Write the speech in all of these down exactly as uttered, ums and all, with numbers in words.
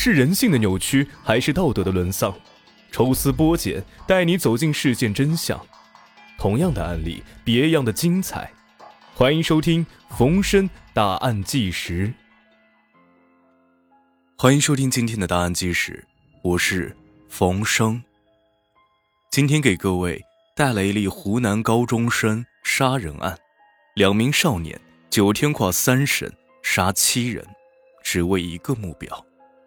是人性的扭曲，还是道德的沦丧？抽丝剥茧，带你走进事件真相。同样的案例，别样的精彩。欢迎收听冯生大案纪实。 欢迎收听今天的大案纪实，我是冯生。今天给各位带来一例湖南高中生杀人案，两名少年九天跨三审杀七人，只为一个目标。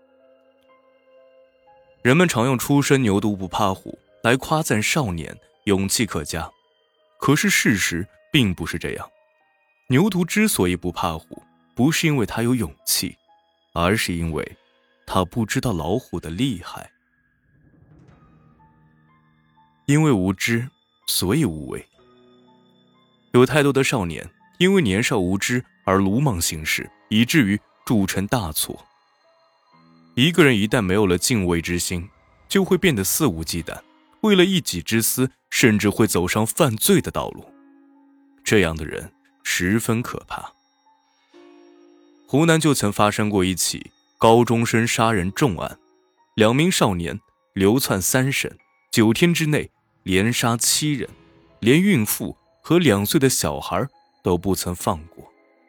人们常用初生牛犊不怕虎来夸赞少年勇气可嘉，可是事实并不是这样。牛犊之所以不怕虎，不是因为他有勇气，而是因为他不知道老虎的厉害。因为无知，所以无畏。有太多的少年因为年少无知而鲁莽行事，以至于铸成大错。一个人一旦没有了敬畏之心，就会变得肆无忌惮，为了一己之私，甚至会走上犯罪的道路。这样的人十分可怕。湖南就曾发生过一起高中生杀人重案，两名少年流窜三审，九天之内连杀七人，连孕妇和两岁的小孩都不曾放过。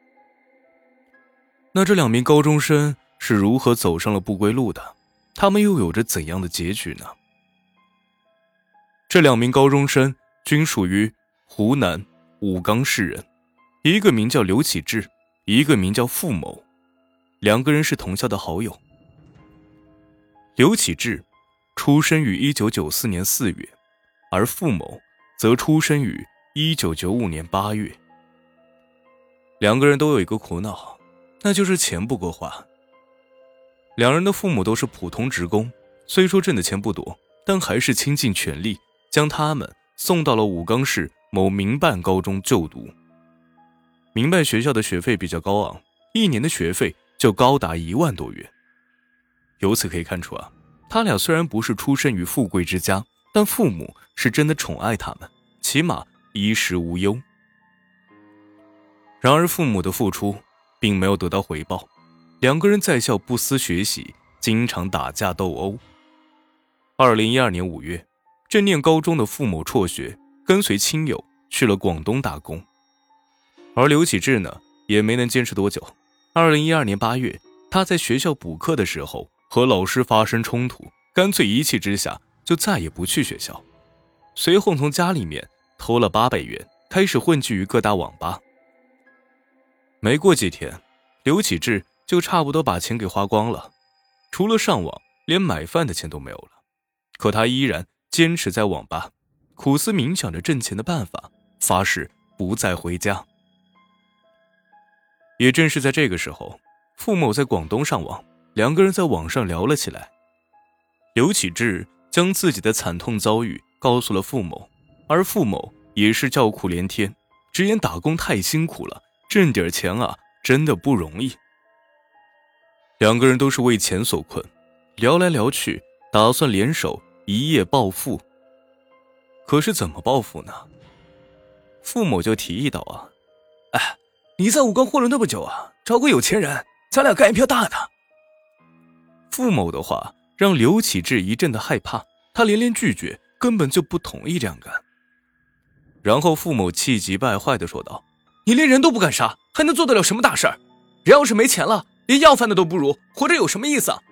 那这两名高中生是如何走上了不归路的？他们又有着怎样的结局呢？这两名高中生均属于湖南武冈市人，一个名叫刘启志，一个名叫付某，两个人是同校的好友。刘启志出生于一九九四年四月，而付某则出生于一九九五年八月。两个人都有一个苦恼，那就是钱不够花。两人的父母都是普通职工，虽说挣的钱不多，但还是倾尽全力将他们送到了武冈市某民办高中就读。民办学校的学费比较高昂，一年的学费就高达一万多元。由此可以看出啊，他俩虽然不是出身于富贵之家，但父母是真的宠爱他们，起码衣食无忧。然而父母的付出并没有得到回报，两个人在校不思学习，经常打架斗殴。二零一二年五月，正念高中的付某辍学，跟随亲友去了广东打工。而刘启志呢，也没能坚持多久。二零一二年八月，他在学校补课的时候和老师发生冲突，干脆一气之下就再也不去学校。随后从家里面偷了八百元，开始混迹于各大网吧。没过几天，刘启志就差不多把钱给花光了，除了上网，连买饭的钱都没有了。可他依然坚持在网吧，苦思冥想着挣钱的办法，发誓不再回家。也正是在这个时候，付某在广东上网，两个人在网上聊了起来。刘启志将自己的惨痛遭遇告诉了付某，而付某也是叫苦连天，直言打工太辛苦了，挣点钱啊真的不容易。两个人都是为钱所困，聊来聊去，打算联手一夜暴富。可是怎么暴富呢？付某就提议道啊， 哎，你在武冈混了那么久啊，找个有钱人，咱俩干一票大的。 付某的话让刘启志一阵的害怕，他连连拒绝，根本就不同意这样干。然后付某气急败坏地说道， 你连人都不敢杀，还能做得了什么大事儿？人要是没钱了，连要饭的都不如，活着有什么意思啊？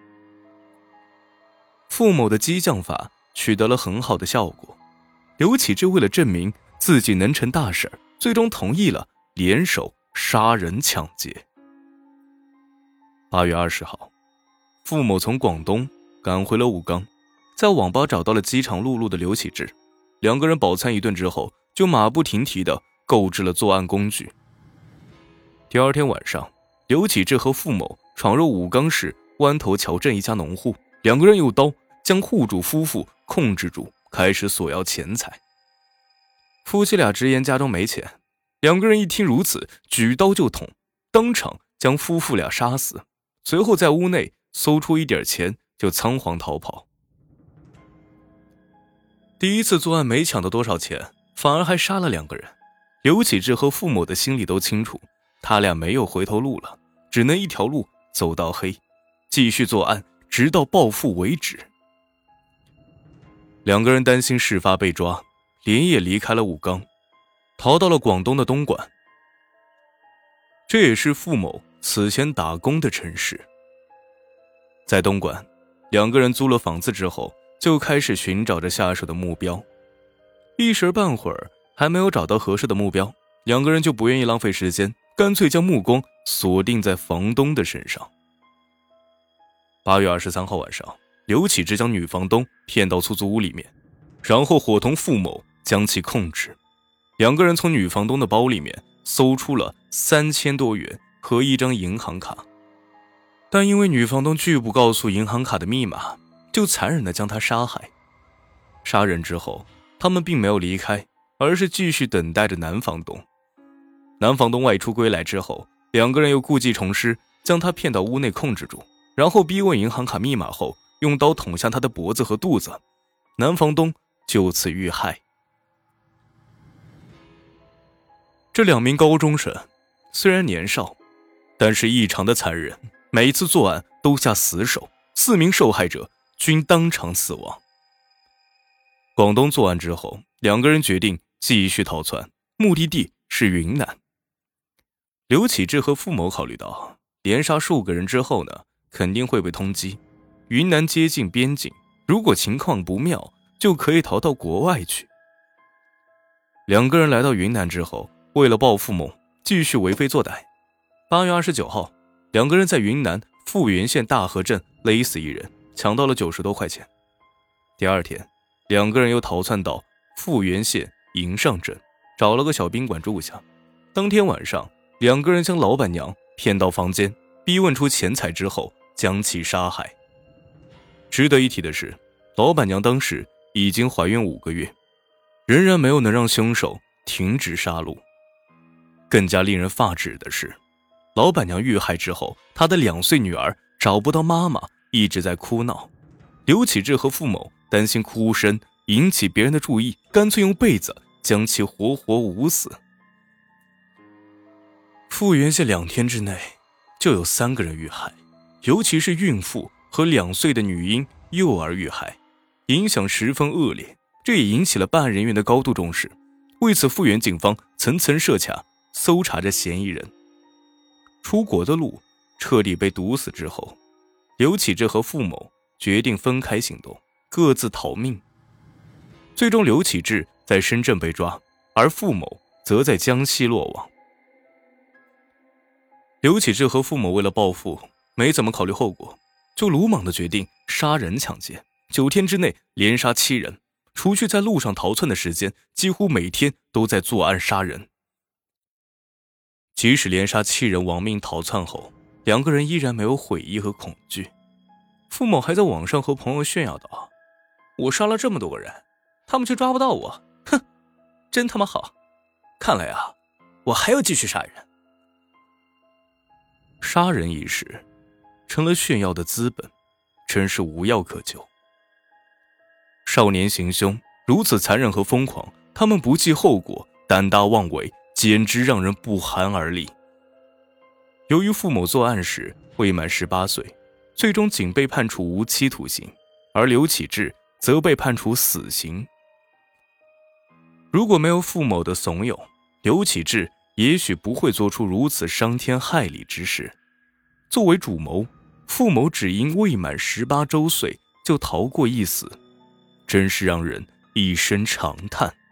付某的激将法取得了很好的效果，刘启志为了证明自己能成大事，最终同意了联手杀人抢劫。八月二十号，付某从广东赶回了武冈，在网吧找到了饥肠辘辘的刘启志，两个人饱餐一顿之后，就马不停蹄地购置了作案工具。第二天晚上，刘启志和付某闯入武冈市湾头桥镇一家农户，两个人用刀将户主夫妇控制住，开始索要钱财。夫妻俩直言家中没钱，两个人一听如此，举刀就捅，当场将夫妇俩杀死，随后在屋内搜出一点钱，就仓皇逃跑。第一次作案没抢到多少钱，反而还杀了两个人。刘启志和付某的心里都清楚，他俩没有回头路了，只能一条路走到黑，继续作案， 直到报复为止。两个人担心事发被抓，连夜离开了武冈，逃到了广东的东莞。这也是傅某此前打工的城市。在东莞，两个人租了房子之后，就开始寻找着下手的目标。一时半会儿还没有找到合适的目标，两个人就不愿意浪费时间，干脆将目光锁定在房东的身上。八月二十三号晚上，刘启志将女房东骗到出租屋里面，然后伙同傅某将其控制。两个人从女房东的包里面搜出了三千多元和一张银行卡，但因为女房东拒不告诉银行卡的密码，就残忍地将她杀害。杀人之后，他们并没有离开，而是继续等待着男房东。男房东外出归来之后，两个人又故技重施，将他骗到屋内控制住，然后逼问银行卡密码后，用刀捅向他的脖子和肚子，男房东就此遇害。这两名高中生虽然年少，但是异常的残忍，每一次作案都下死手，四名受害者均当场死亡。广东作案之后，两个人决定继续逃窜，目的地是云南。刘启志和傅某考虑到连杀数个人之后呢，肯定会被通缉，云南接近边境，如果情况不妙，就可以逃到国外去。两个人来到云南之后，为了报傅某，继续为非作歹。八月二十九号，两个人在云南富源县大河镇勒死一人，抢到了九十多块钱。第二天，两个人又逃窜到富源县营上镇，找了个小宾馆住下。当天晚上，两个人将老板娘骗到房间，逼问出钱财之后，将其杀害。值得一提的是，老板娘当时已经怀孕五个月，仍然没有能让凶手停止杀戮。更加令人发指的是，老板娘遇害之后，她的两岁女儿找不到妈妈，一直在哭闹。刘启志和傅某担心哭声引起别人的注意，干脆用被子将其活活捂死。富源县两天之内就有三个人遇害，尤其是孕妇和两岁的女婴幼儿遇害，影响十分恶劣，这也引起了办案人员的高度重视。为此，富源警方层层设卡，搜查着嫌疑人。出国的路彻底被堵死之后，刘启志和傅某决定分开行动，各自逃命。最终刘启志在深圳被抓，而傅某则在江西落网。刘启志和傅某为了报复，没怎么考虑后果，就鲁莽地决定杀人抢劫，九天之内连杀七人。除去在路上逃窜的时间，几乎每天都在作案杀人。即使连杀七人亡命逃窜后，两个人依然没有悔意和恐惧。傅某还在网上和朋友炫耀道：“我杀了这么多个人，他们却抓不到我，哼，真他妈好！看来啊，我还要继续杀人。”杀人一事成了炫耀的资本，真是无药可救。少年行凶如此残忍和疯狂，他们不计后果，胆大妄为，简直让人不寒而栗。由于傅某作案时未满十八岁，最终仅被判处无期徒刑，而刘启志则被判处死刑。如果没有傅某的怂恿，刘启志也许不会做出如此伤天害理之事。作为主谋，傅某只因未满十八周岁就逃过一死，真是让人一声长叹。